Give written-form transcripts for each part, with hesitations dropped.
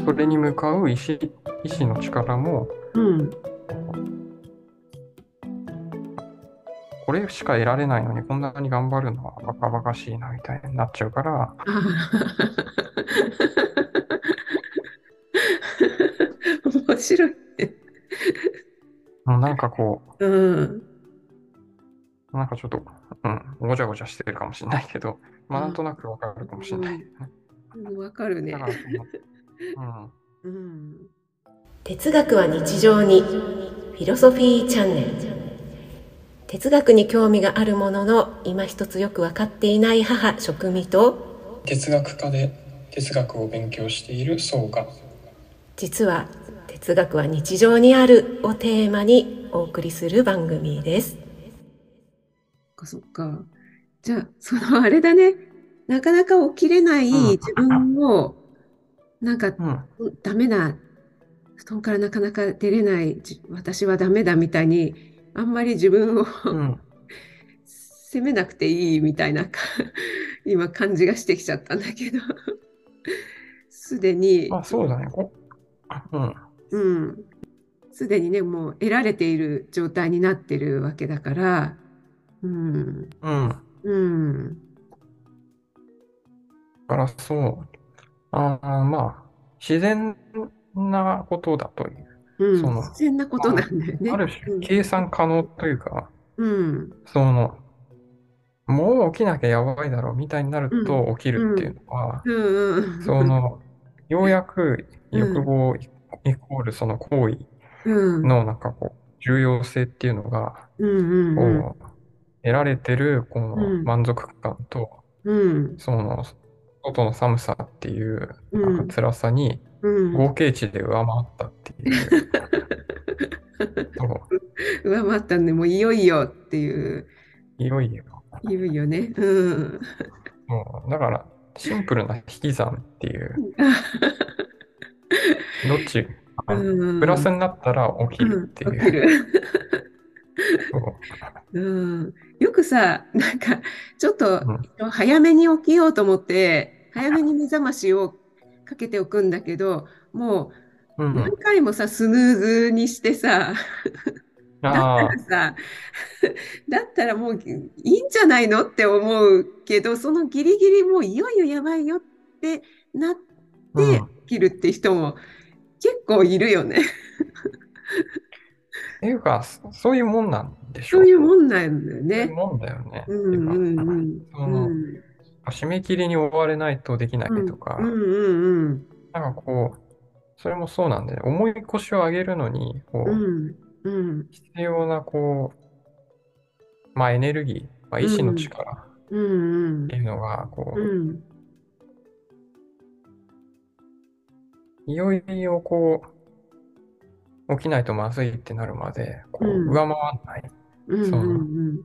それに向かう意志の力も、 うん。 これしか得られないのにこんなに頑張るのはバカバカしいなみたいになっちゃうから、 あー面白いね。 もうなんかこうん。 う、なんかちょっと、ごちゃごちゃしてるかもしれないけど、まあなんあ、 となくわかるかもしれないうんよね。 わかるね。 だからその、うん、 うん。哲学は日常に。フィロソフィーチャンネル。哲学に興味があるものの今一つよく分かっていない母食味と、 哲学科で哲学を勉強している層が、 実は哲学は日常にあるをテーマにお送りする番組です。そっか。じゃあ、あれだね。なかなか起きれないうん、 自分を、なんか、 うん、 ダメな、布団からなかなか出れない私はダメだみたいに、あんまり自分をうん。 責めなくていいみたいな今感じがしてきちゃったんだけど、すでに、 まあそうだね。うん、 うん、すでにね、もう得られている状態になってるわけだから、うん、 うん。 うん、 だからそう、まあ、自然なことだという、 うん、 その、 自然なことなまあ、 んだよね。 ある種うん、 計算可能というか、 うん、 その、もう起きなきゃやばいだろうみたいになるうん、 と起きるっていううん、 のは、 うん、うん、 その、ようやくうん、 欲望イコールその行為うん、 のなんかこう、重要性っていうのが、 うん、うん、 こう、得られてるこうん、 の満足感と、 うん、 その、外の寒さっていう、なんかうん、 辛さにうん。 合計値で上回ったっていう、そ上回ったんで、もういよいよっていう、 う、いよいよ。 いよいよね。うん。 もう、だから、シンプルな引き算っていう、どっち、 うプラスん。 になったら起きるうん。 っていう、 起きる。 そうん。よくさ、なんか、ちょっとう、うん、 早めに起きようと思って、早めに目覚ましをかけておくんだけど、もう何うん、 回もさ、スヌーズにしてさ、だったああ、 らさ、だったらもういいんじゃないのって思うけど、そのギリギリもういよいよやばいよってなってうん。っ起きるって人も結構いるよね。 ていうか、そういうもんなんでしそういうょう。 もんなんだよね。 そういうもんだよね。 うっていうか、 んうんその、 うん。 締め切りに追われないとできないうんうんとか、 うんなんかこう、それもそうなんで、重い腰を上げるのに、こう、 うんうん必要な、こまあ、エネルギー、まあ、意志のうん力っうんていうのが、 うんいよいよ起きないとまずいってなるまで、 うん上回らない。 うんその、 うん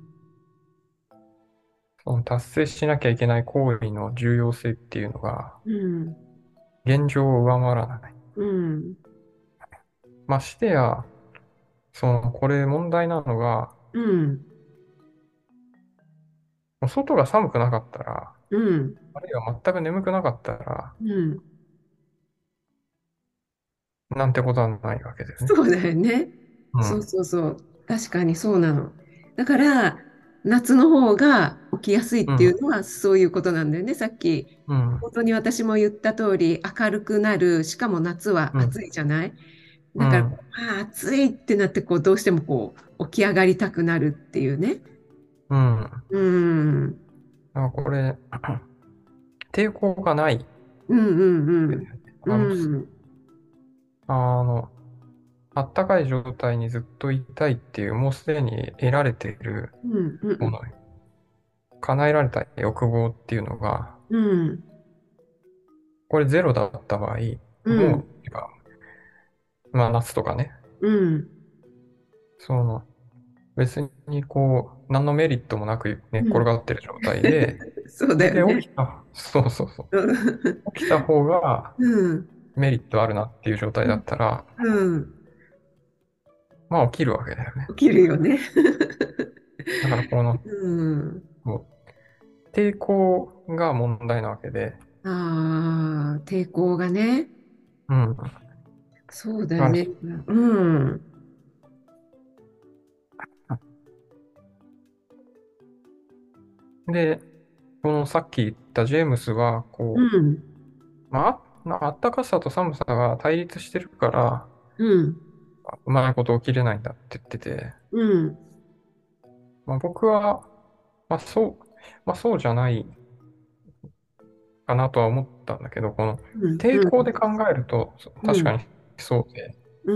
その達成しなきゃいけない行為の重要性っていうのが、 うん現状を上回らない。 うんましてや、これ問題なのが、 うんもう外が寒くなかったら、 うんあるいは全く眠くなかったら、 うんなんてことはないわけですね。 そうだよね。そううん。 そうそう。確かにそうなの。だから、夏の方が起きやすいっうん。 ていうのはそういうことなんだよね。さっき、 うん。 本当に私も言った通り、明るくなる。しかも夏はうん。 暑いじゃない。だから、 うん。 暑いってなって、どうしても起き上がりたくなるっていうね。 うん。 うん。うんこれ、抵抗がない。 うんうん。 あの、 うん。 あの、あったかい状態にずっといたいっていう、もうすでに得られているうんうん。 もの、叶えられた欲望っていうのが、 うん。 これゼロだった場合、 うん。 もう、てかまあ夏とかね、 うん。 その、別に何のメリットもなく寝っうん。 転がってる状態で、 そうそれでだよね。 そうそうそうう、起きた方がん。 メリットあるなっていう状態だったら、 うん。 まあ起きるわけだよね。 起きるよね。 だからうん。 こ抵抗が問題なわけで、 ああ、抵抗がね。 うん。 そうだよね。 だからうん。 で、このさっき言ったジェームスは、 うん。 あったかさと寒さが対立してるから、 うん。 うまいこと起きれないんだって言ってて、 うん。 僕は、そうじゃないかなとは思ったんだけど、このうん。 抵うん。 抗で考えると、 うん。 確かにそうで、 うん。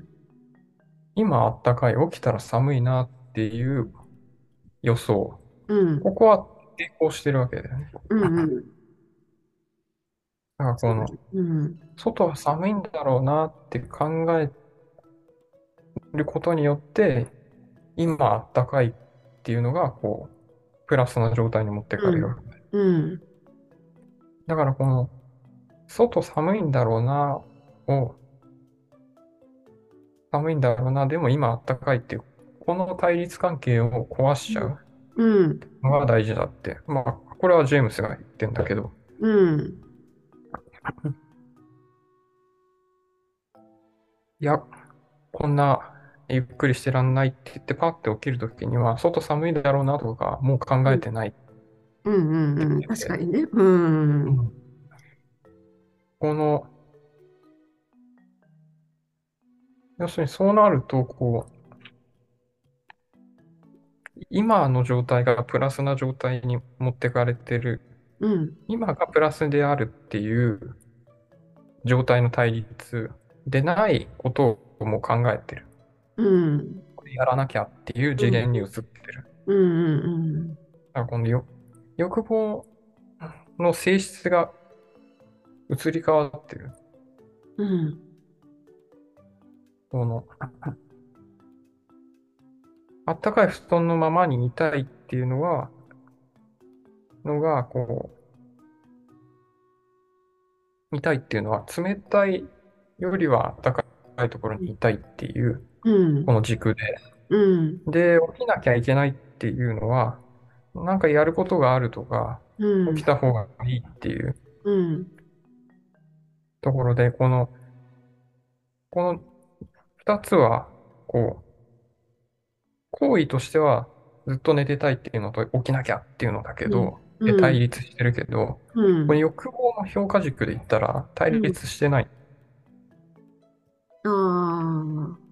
今あったかい、起きたら寒いなっていう予想。 うん。 ここは抵抗してるわけだよね。 うん。うん。 だからそうだね。 この、 うん。 外は寒いんだろうなって考えることによって、今あったかいっていうのが、プラスな状態に持ってかうん。 れる。 うん。 だからこの、外寒いんだろうな、を、寒いんだろうな、でも今あったかいっていう、この対立関係を壊しちゃううん。 のが大事だって。これはジェームスが言ってんだけど、 うん。 いや、こんなゆっくりしてらんないって言ってパッて起きるときには、外寒いだろうなとか、もう考うん。 えてないってうん。うん。 言ってて、 確かにね。うん。 うん、この、要するにそうなると、今の状態がプラスな状態に持ってかれてる、 うん。 今がプラスであるっていう状態の対立でないことをもう考えてる。 うん。 これやらなきゃっていううん。 次元に移ってる。 うん。うん。 だからこの欲望の性質が移り変わってる。 うん。 この、あったかい布団のままにいたいっていうのが、いたいっていうのは、冷たいよりはあったかいところにいたいっていう、 うん。 この軸で。 うん。 で、起きなきゃいけないっていうのは、なんかやることがあるとか、 うん。 起きた方がいいっていううん。 ところで、この二つは、こ行為としてはずっと寝てたいっていうのと起きなきゃっていうのだけうん。 ど、でうん。 対立してるけど、 うん。 この欲望の評価軸で言ったら対うん。 立してない。 ああ、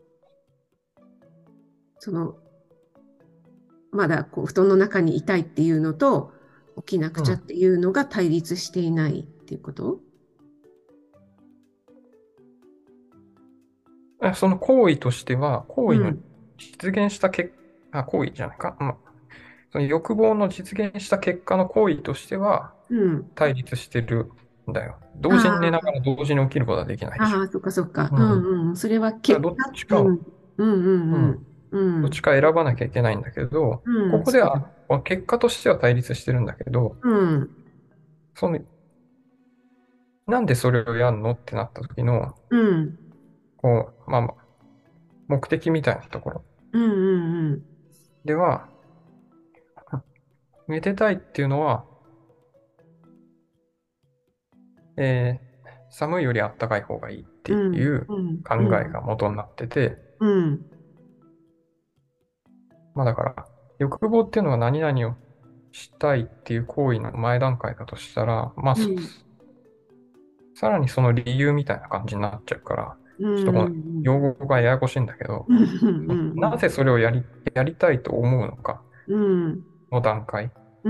その、まだこう布団の中にいたいっていうのと、起きなくうん。 ちゃっていうのが対立していないっていうこと？ その行為としては、行為のうん。 実現した行為じゃないか。その欲望の実現した結果の行為としてはうん。 対立してるんだよ。同時に寝ながあら同時に起きることはできないでしょ。 あ、そっかそっか。ううん。だかんうん。それはら結果。 どっちかを、 うん。うんうんうん。 うん。うどっちん。 か選ばなきゃいけないんだけど、 うん。そうだ。 ここでは結果としては対立してるんだけど、 うん。 その、なんでそれをやんのってなった時の、 うん。 目的みたいなところうんうんうん。 では、寝てたいっていうのは、え寒いよりあったかい方がいいっうていん。 ううん。 考えうん。 が元になってて、 うん。 だから、欲望っていうのは何々をしたいっていう行為の前段階だとしたら、 うん。 さらにその理由みたいな感じになっちゃうから、 うちょっとこのん。 用語がややこしいんだけど、 うん。うん。 なぜそれをやりたいと思うのかうん。 の段階うん。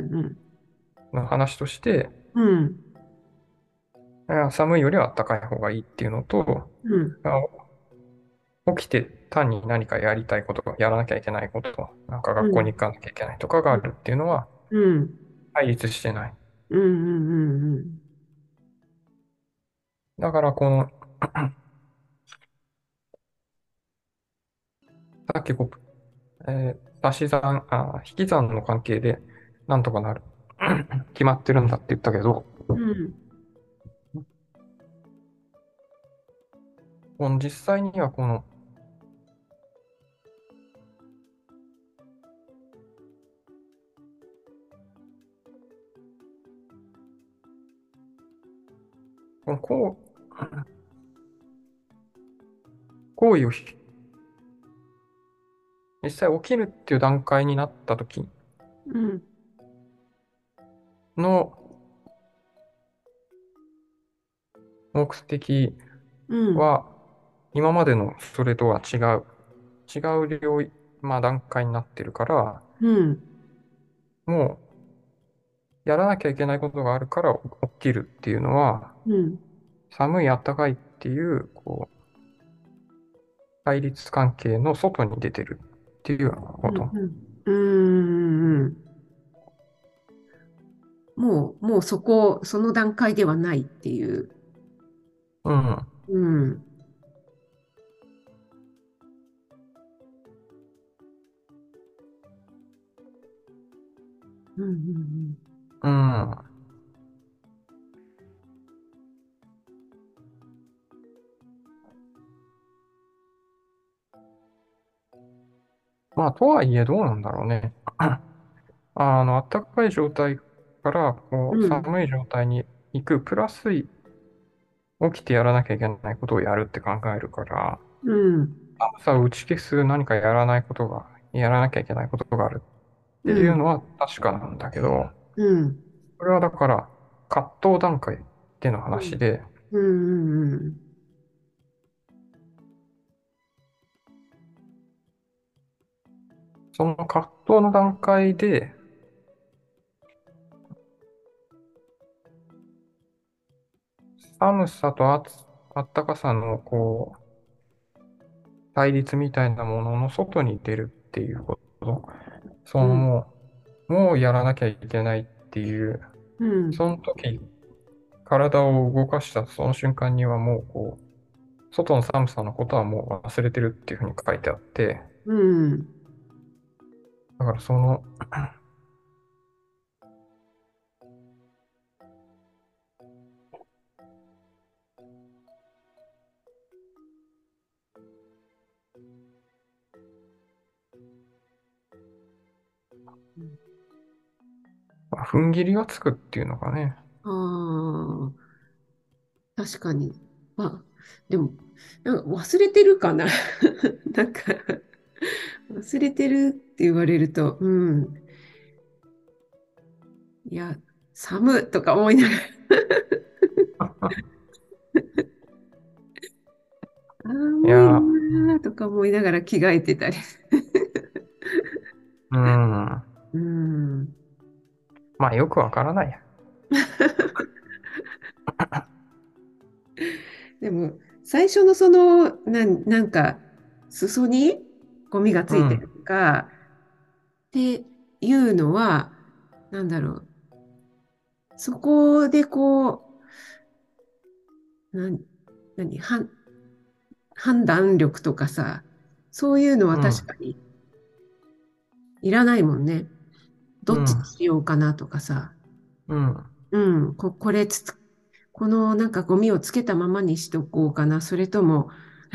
うん。 の話として、 うん。 寒いよりは暖かい方がいいっていうのと、 うん。 あ起きて単に何かやりたいこと、やらなきゃいけないこと、なんか学校に行かなきゃいけないとかがあるっていうのはうん。 対立してない。 うん。うん。 だからさっき足し算、引き算の関係でなんとかなる。決まってるんだって言ったけど、 うん。 実際にはこの行為を実際起きるっていう段階になった時うん、 の目的うん、 は、今までのそれとは違う領域、まあ段階になってるから、 うん、 もうやらなきゃいけないことがあるから起きるっていうのは、 うん、 寒い、暖かいっていう、対立関係の外に出てるっていうようなうん、 こと。 うん、うん、うん。もうその段階ではないっていう。 うん。 うん、うん、うん、 うん。まあ、とはいえどうなんだろうね。暖かい状態からうん、 寒い状態に行く、プラス起きてやらなきゃいけないことをやるって考えるから、 うん、 寒さを打ち消す何かやらなきゃいけないことがあるってうん、 いうのは確かなんだけど、 うん、 これはだから、葛藤段階でのうん、 話で、 うん、うん、 その葛藤の段階で、寒さと暖かさの対立みたいなものの外に出るっていうこと。そのうん、 もうやらなきゃいけないっていう、 うん、 その時、体を動かしたその瞬間にはもう外の寒さのことはもう忘れてるっていうふうに書いてあって、 うん、 だからまあ踏ん切りがつくっていうのがね。 ああ、確かに。あ、でも、なんか忘れてるかな。なんか、忘れてるって言われると、うん。いや、寒とか思いながら、 い寒いや、 なとか思いながら着替えてたり。 うん。 うん。 まあよくわからないや。 でも、最初のなんか、裾にゴミがつうん。 いてるとか、っていうのは、なんだろう。そこでなん、何、判断力とかさ、そういうのはうん。 確かにいらないもんね。どっちにうん。 しようかなとかさ。 うん。 うん、このなんかゴミをつけたままにしとこうかな。それとも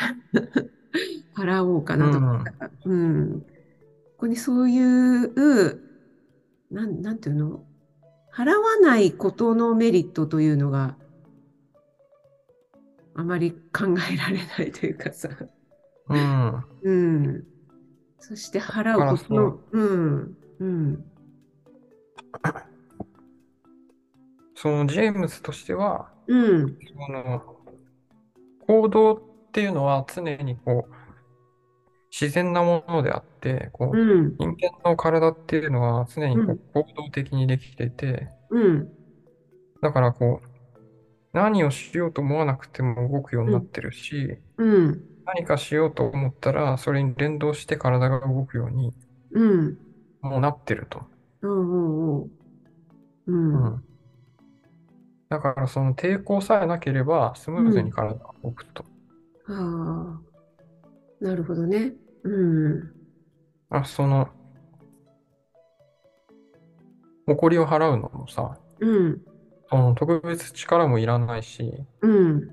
払おうかうなとかん。 さ。うん。ここにそういう、なんていうの、払わないことのメリットというのがあまり考えられないというかさ。 うん。 うん。そして払うだからことの、うん、うん、 そのジェームズとしては、 うん、 その行動っていうのは常に自然なものであって、 うん、 人間の体っていうのは常にうん、 行動的にできてて、 うん、 だから何をしようと思わなくても動くようにうん、 なってるし、 うん、 何かしようと思ったら、それに連動して体が動くようにうん、 もうなってると。 うん、うん、うん、 うん。だからその抵抗さえなければスムーズにうん。 体が動くと。 ああ、なるほどね。うん、 あ、埃を払うのもさ、 うん、 その特別力もいらないし、 うん、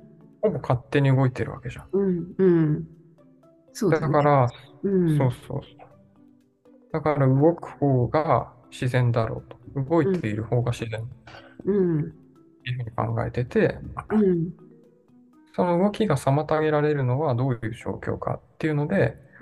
ほぼ勝手に動いてるわけじゃん。 うん、うん。そうだね。 だから、 うん、 そうそう。だから動く方が自然だろうと。動いうん、 ている方が自然っうん、 ていうふうに考えてて、 うん、 その動きが妨げられるのはどういう状況かっていうので、 うん、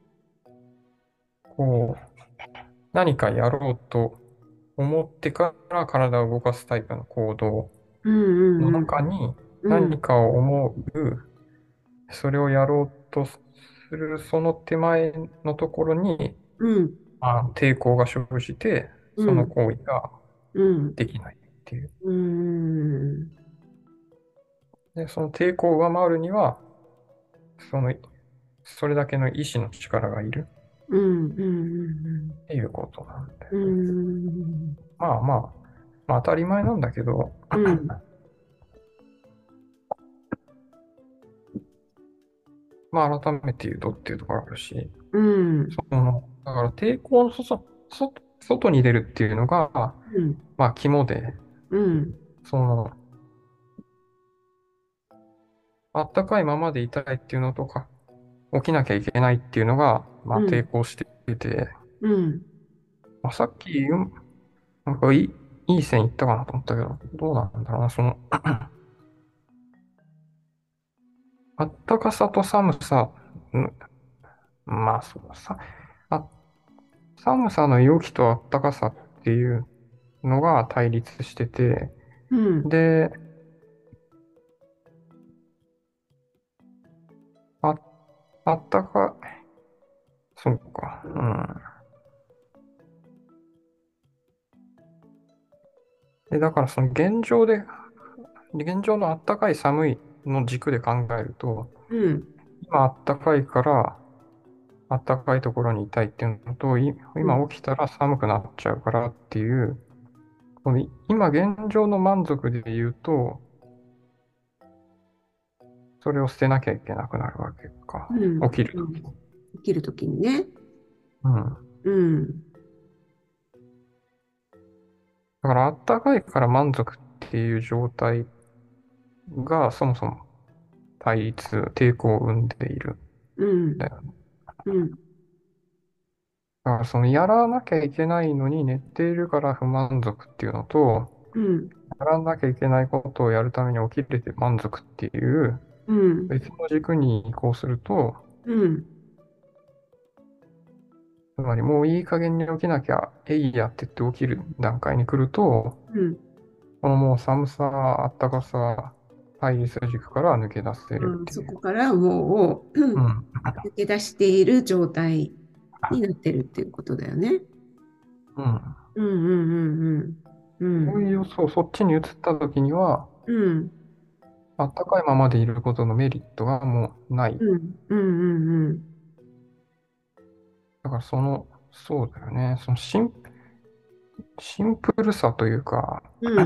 こう、何かやろうと思ってから体を動かすタイプの行動うのん、うん、 中にうん、うん、 何かを思う、それをやろうとするその手前のところに、 うん、 抵抗が生じて、そのうん、 行為がうん、 できないっていう。 うん、 で、その抵抗を上回るには、その、それだけの意志の力がいるうん、うん、 っていうことなんだようね。 ん、 まあまあ、まあ当たり前なんだけど、 うん、 まあ改めて言うとっていうところあるし、 うん、 だから抵抗の外に出るっていうのが、 うん、 まあ肝で、 うん、 その、あったかいままでいたいっていうのとか、起きなきゃいけないっていうのが、まあ抵うん、 抗してて、 うん、 まあ、さっき、なんかいい線いったかなと思ったけど、どうなんだろうな、あったかさと寒さ、まあそうあ、寒さの良きとあったかさっていうのが対立してて、 うん、 で、あ、あったか、そうか、うん。だからその現状のあったかい寒いの軸で考えると、 うん、 今あったかいからあったかいところにいたいっていうのと、 うん、 今起きたら寒くなっちゃうからっていう、この今現状の満足で言うと、それを捨てなきゃいけなくなるわけか。 うん、 起きるときに。 うん、生きるときにね。 うん。 うん、 だからあったかいから満足っていう状態がそもそも対立、抵抗を生んでいるんうん、 だよね。 うん、 だからそのやらなきゃいけないのに寝ているから不満足っていうのと、 うん、 やらなきゃいけないことをやるために起きれて満足っていううん、 別の軸に移行すると、 うん、 つまりもういい加減に起きなきゃ、えいやって言って起きる段階に来ると、 うん、 このもう寒さ、あったかさ、対立軸から抜け出せるっうん、 ていう。 そこからもう、うん、 うん。 抜け出している状態になってるっていうことだよね。 うん。 うん、うん、うん、うん、うん、 そっちに移った時には、 うん、 あったかいままでいることのメリットがもうない。 うん、うん、うん、 だからそうだよね。シンプルさというか、 うん、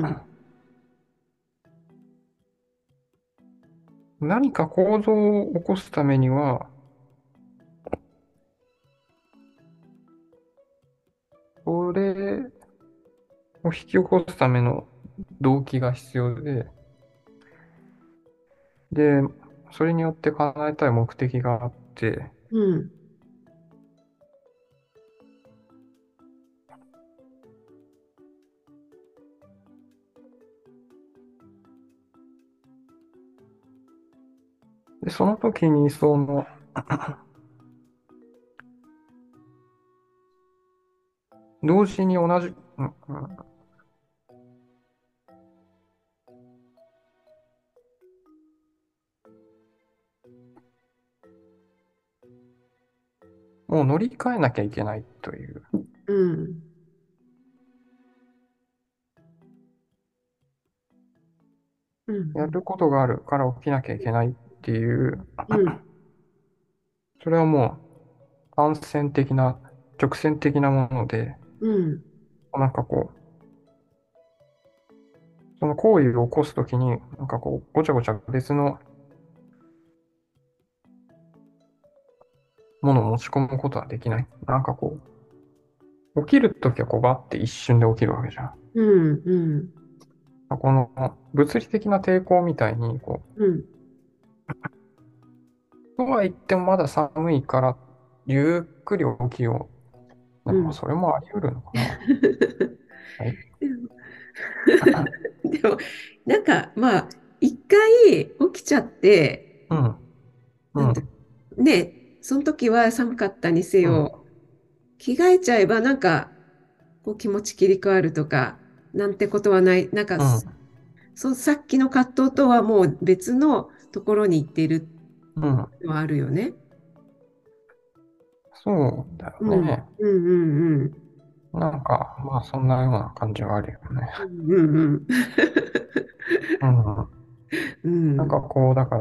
何か構造を起こすためには、それを引き起こすための動機が必要で、それによって叶えたい目的があって、 うん、 で、その時に同時に同じ、もう乗り換えなきゃいけないという、 うん、うん、 やることがあるから起きなきゃいけないっていう、 うん、 それはもう単線的な、直線的なもので、 うん、 なんかその行為を起こすときに、なんかごちゃごちゃ別のものを持ち込むことはできない。なんか起きるときはバッて一瞬で起きるわけじゃん。 うん、うん、 この物理的な抵抗みたいに、 うん、 とは言ってもまだ寒いから、ゆっくり起きよう。でも、まあうん。 それもあり得るのかな。はい。 でも、なんか、まあ、一回起きちゃって、 うん、うなんて、 ん、 ね、その時は寒かったにせうん、 よ、着替えちゃえばなんか、こう気持ち切り替わるとか、なんてことはない。なんか、 うん、 さっきの葛藤とはもう別のところに行っているうん。 のはあるよね。 そうだようん、 ね。 うん、うん、うん。 なんか、まあ、そんなような感じはあるよね。 うん、うん、うん。 うん。 うん、 なんかこう、だから、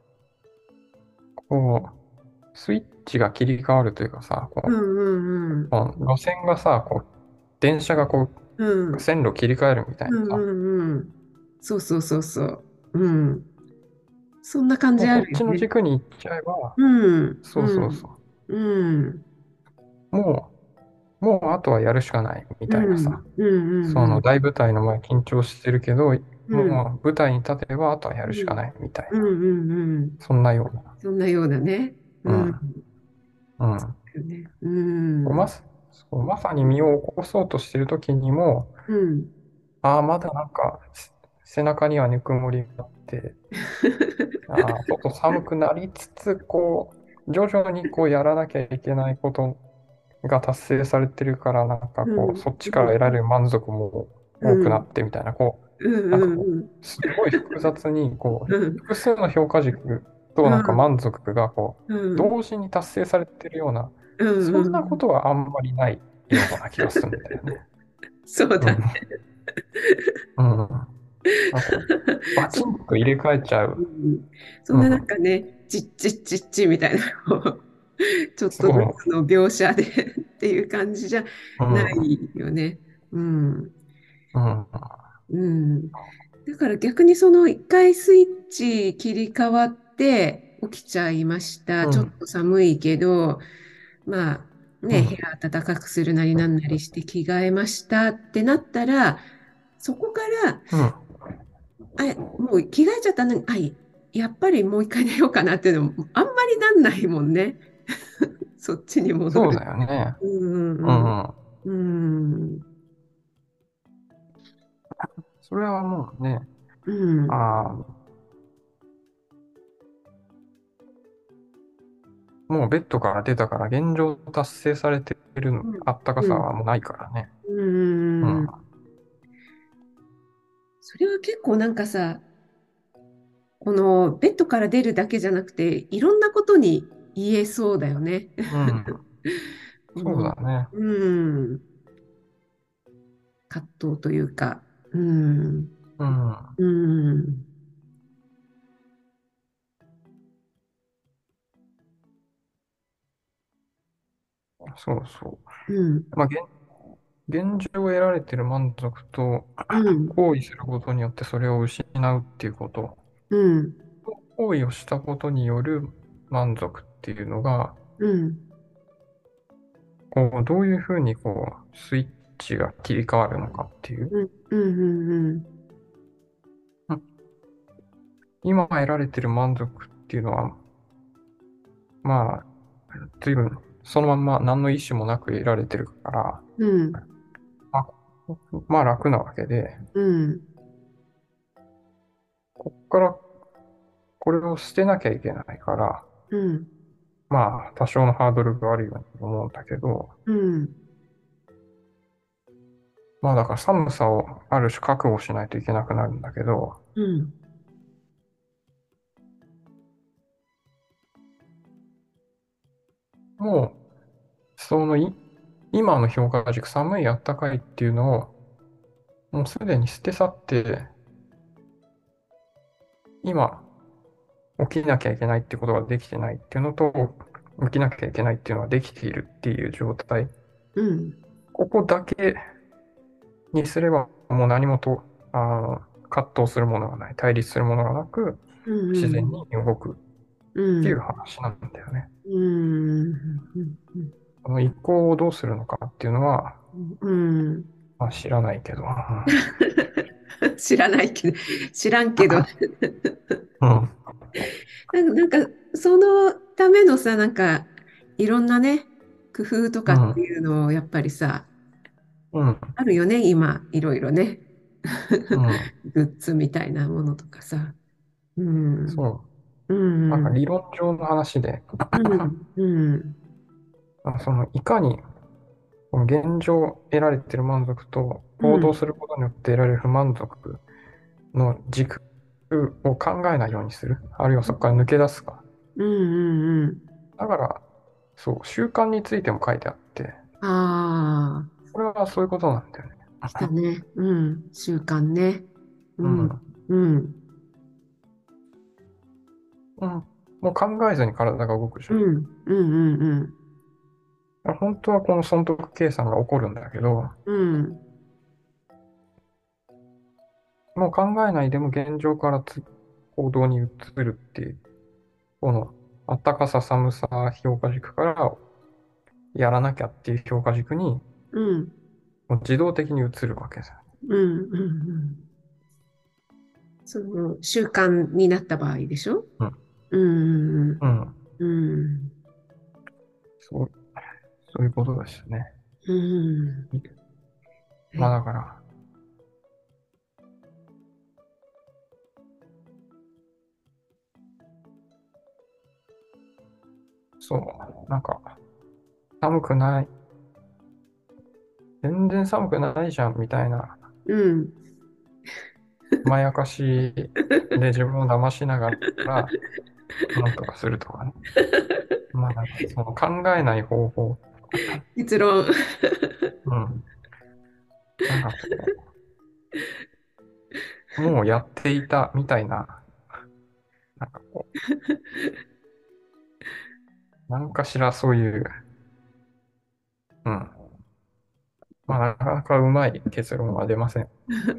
こう、スイッチが切り替わるというかさ、 うん、うん、 こう路線がさ、こう、電車がこうう、 ん、 線路切り替えるみたいうん、 なさ、 うん、うん。そうそうそうそう。うん。そんな感じあもうそっちのるよね。 軸に行っちゃえば、 うん、 そううん、 そうそうん、 う、もうあとはやるしかないみうん、 たいなさ、 うん、うん、 その大舞台の前緊張してるけど、 うん、 もう舞台に立てばあとはやうん、 るしかないみたいうん、 な、 うん、うん。 そんなような。 そんなようだね。うん。 うん、うん。 ね、うん、 まさに身を起こそうとしてる時にも、 うん。 ああ、まだなんか背中にはぬくもりがあって、外寒くなりつつ、こう、徐々にこうやらなきゃいけないことが達成されてるから、なんかこう、 うん、 そっちからうん、 得られる満足もう多くなん、 ってみたいな、こう、 うん、 なんかこうん、 う、すごい複雑に、こう、 うん、 複数の評価軸となんかうん、 満足がこう、 うん、 同時に達成されてるような、 うん、 そんうん。 なことはあんまりないような気がするんだよね。 そうだね。 うん。うん。なんかこう、バチンと入れ替えちゃう。 うん、そんななんうん。 かね、ちっちっちっちみたいな、こうちょっとずそつの描写でっていう感じじゃう。うなん。 いよね。うん。 うん。 うん。だから逆にその一回スイッチ切り替わって起きちゃいました。 うん。 ちょっと寒いけど、まあね、部うん。 屋暖かくするなりなんなりして着替えましたってなったら、そこからうん。 もう着替えちゃったのに、やっぱりもう一回寝ようかなっていうのも、あんまりなんないもんね。そっちに戻そうる。 だよね。 うんうんうん。 うん。うん。 それはもうね、 うん。 あもうベッドから出たから現状達成されてるうん。 あったかさうん。 はもうないからね。 ううん。 ん。それは結構なんかさ、このベッドから出るだけじゃなくて、いろんなことに言えそうだよね。 うん。 こそうの、 だね。 うん。葛藤というか。うん。 うん。 うん。 そうそうん。 う。まあ、現状得られてる満足と、 うん。 行為することによってそれを失うっていうこと、 うん。 行為をしたことによる満足っていうのが、 うん。 こう、どういうふうにこう、スイッチが切り替わるのかっていう。 うん。うん。うん。 うん。今得られてる満足っていうのは、まあ、随分、そのまんま何の意思もなく得られてるから、 うん。 まあ、まあ楽なわけで、 うん。 こっからこれを捨てなきゃいけないから、 うん。 まあ多少のハードルがあるように思うんだけど、 うん。 まあだから寒さをある種覚悟しないといけなくなるんだけど、 うん。 もう、今の評価軸、寒い、あったかいっていうのを、もうすでに捨て去って、今、起きなきゃいけないってことができてないっていうのと、起きなきゃいけないっていうのはできているっていう状態。 うん。 ここだけにすれば、もう何もと、あの、葛藤するものがない、対立するものがなく、 うん。 自然に動くっていううん。 話なんだよね。 うん。うん。 この移行をどうするのかっていうのは、 うん。 まあ、知らないけど。 知らないけど、知らんけど、 うん。 なんか、そのためのさ、なんか、いろんなね、工夫とかってうん。 いうのをやっぱりさ、 うん。 あるよね、今、いろいろね。 うん。 グッズみたいなものとかさ。 うん、 そう。 うん、 なんか理論上の話で、 うん、うん、 いかにこの現状得られている満足とうん、 行動することによって得られる不満足の軸を考えないようにする。あるいはそこから抜け出すか。 うん、うん。 だから、そう、習慣についても書いてあって、 ああ、 これはそういうことなんだよね。 来たね。うん、習慣ね。ううん、 ん。 うん、 うん。もう考えずに体が動くじゃん。 うん、うん、うん、 本当はこの損得計算が起こるんだけど、 うん、 もう考えないでも現状から行動に移るっていう、この暖かさ、寒さ、評価軸からやらなきゃっていう評価軸にうん、 もう自動的に移るわけですよ。 うん、うん。その習慣になった場合でしょ？ うん。 うん、 うん。 うん、 そう、そういうことですね。 うん。はい。 まあだから、そう、なんか、寒くない、全然寒くないじゃんみたいな、 うん。 まやかしで自分を騙しながら、なんとかするとかね。まあなんか、その考えない方法、 結論。 うん。なんかこもうやっていたみたいな、なんかこなんかしらそういう、うん。まあなかなかうまい結論は出ません。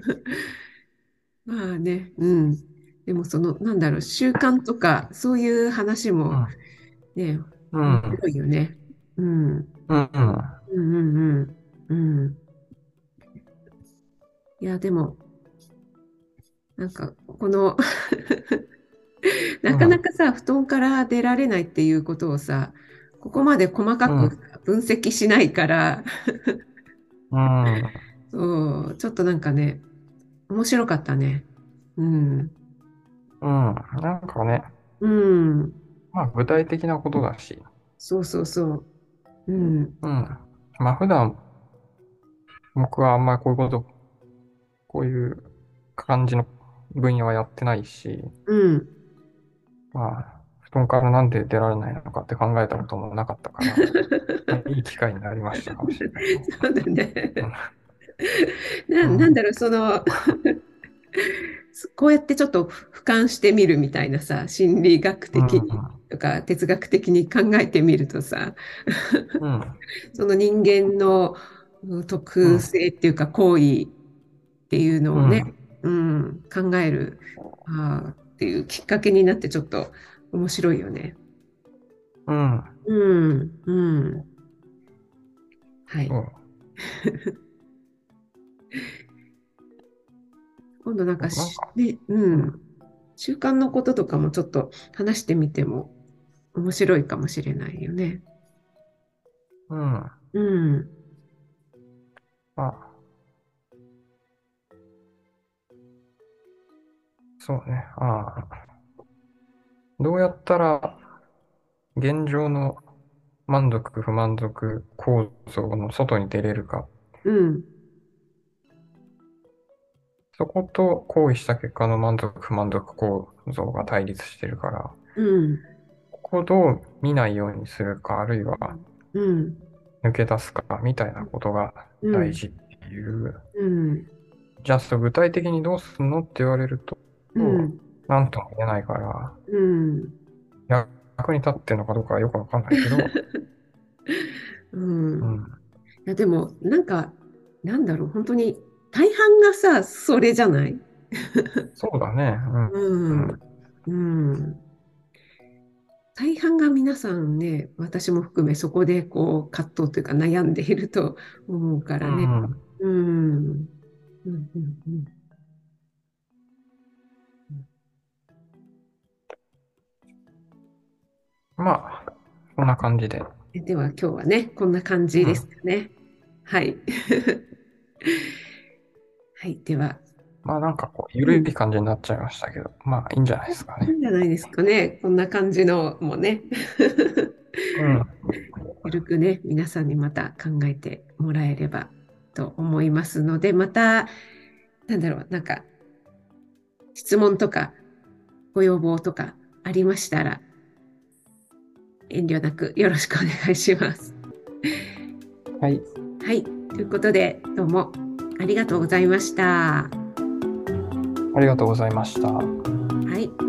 まあね、うん。でもその、なんだろう、習慣とか、そういう話もうん。 ね、 う面白ん。 いよね。うん。うん、 うん。うん。 うん、うん。うん。いや、でも、なんか、このなかなうん。 かさ、布団から出られないっていうことをさ、ここまで細かくさうん。 分析しないから、 うん。 そう、ちょっとなんかね、面白かったね。うん。 うん。なんかね、 うん。 まあ具体的なことだし、 そうそうそう。うん。 うん。まあ普段僕はあんまりこういうこと、こういう感じの分野はやってないし、 うん。 まあ布団からなんで出られないのかって考えたこともなかったから、まあ、いい機会になりましたかもしれないね。 そうだね。 うん。うなんだん。 ろう、その、こうやってちょっと俯瞰してみるみたいなさ、心理学うん。 的にとか哲学的に考えてみるとさ、 うん。 その人間の特うん。 性っていうか行為っていうのをね、 うん。 うん、考える、っていうきっかけになってちょっと面白いよね。 うん。 うん、うん。はい。 そう。 今度なんかなんか、 ね、ううん。 ん、習慣のこととかもちょっと話してみても面白いかもしれないよね。 うん。 うん、 まあ、そうね。ああ、どうやったら現状の満足、不満足構造の外に出れるか。 うん、 そこと行為した結果の満足、不満足構造が対立してるから、 うん、 ここをどう見ないようにするか、あるいはうん、 抜け出すか、みたいなことがうん、 大事っていう。 うん、 じゃあ、具体的にどうすんのって言われると、 うん、 なんとも言えないから、 うん。 役に立ってるのかどうかはよくわかんないけど、 うん。 うん。 いや、でも、なんか、なんだろう、本当に、大半がさ、それじゃない？ そうだね。うん。 うん、うん。大半が皆さんね、私も含め、そこでこう、葛藤というか悩んでいると思うかうらね。 ん。 うん、うん、うん、うん。 まあ、こんな感じで。 では、今日はね、こんな感じですうん。 かね。はい。はい、では。 まあなんかこう、 うん、 ゆるい感じになっちゃいましたけど、まあいいんじゃないですかね。 いいんじゃないですかね。こんな感じのもね。 うん。 ゆるくね、皆さんにまた考えてもらえればと思いますので、また、なんだろう、なんか質問とかご要望とかありましたら、遠慮なくよろしくお願いします。 はい。 はい。ということで、どうもありがとうございました。 ありがとうございました。 はい。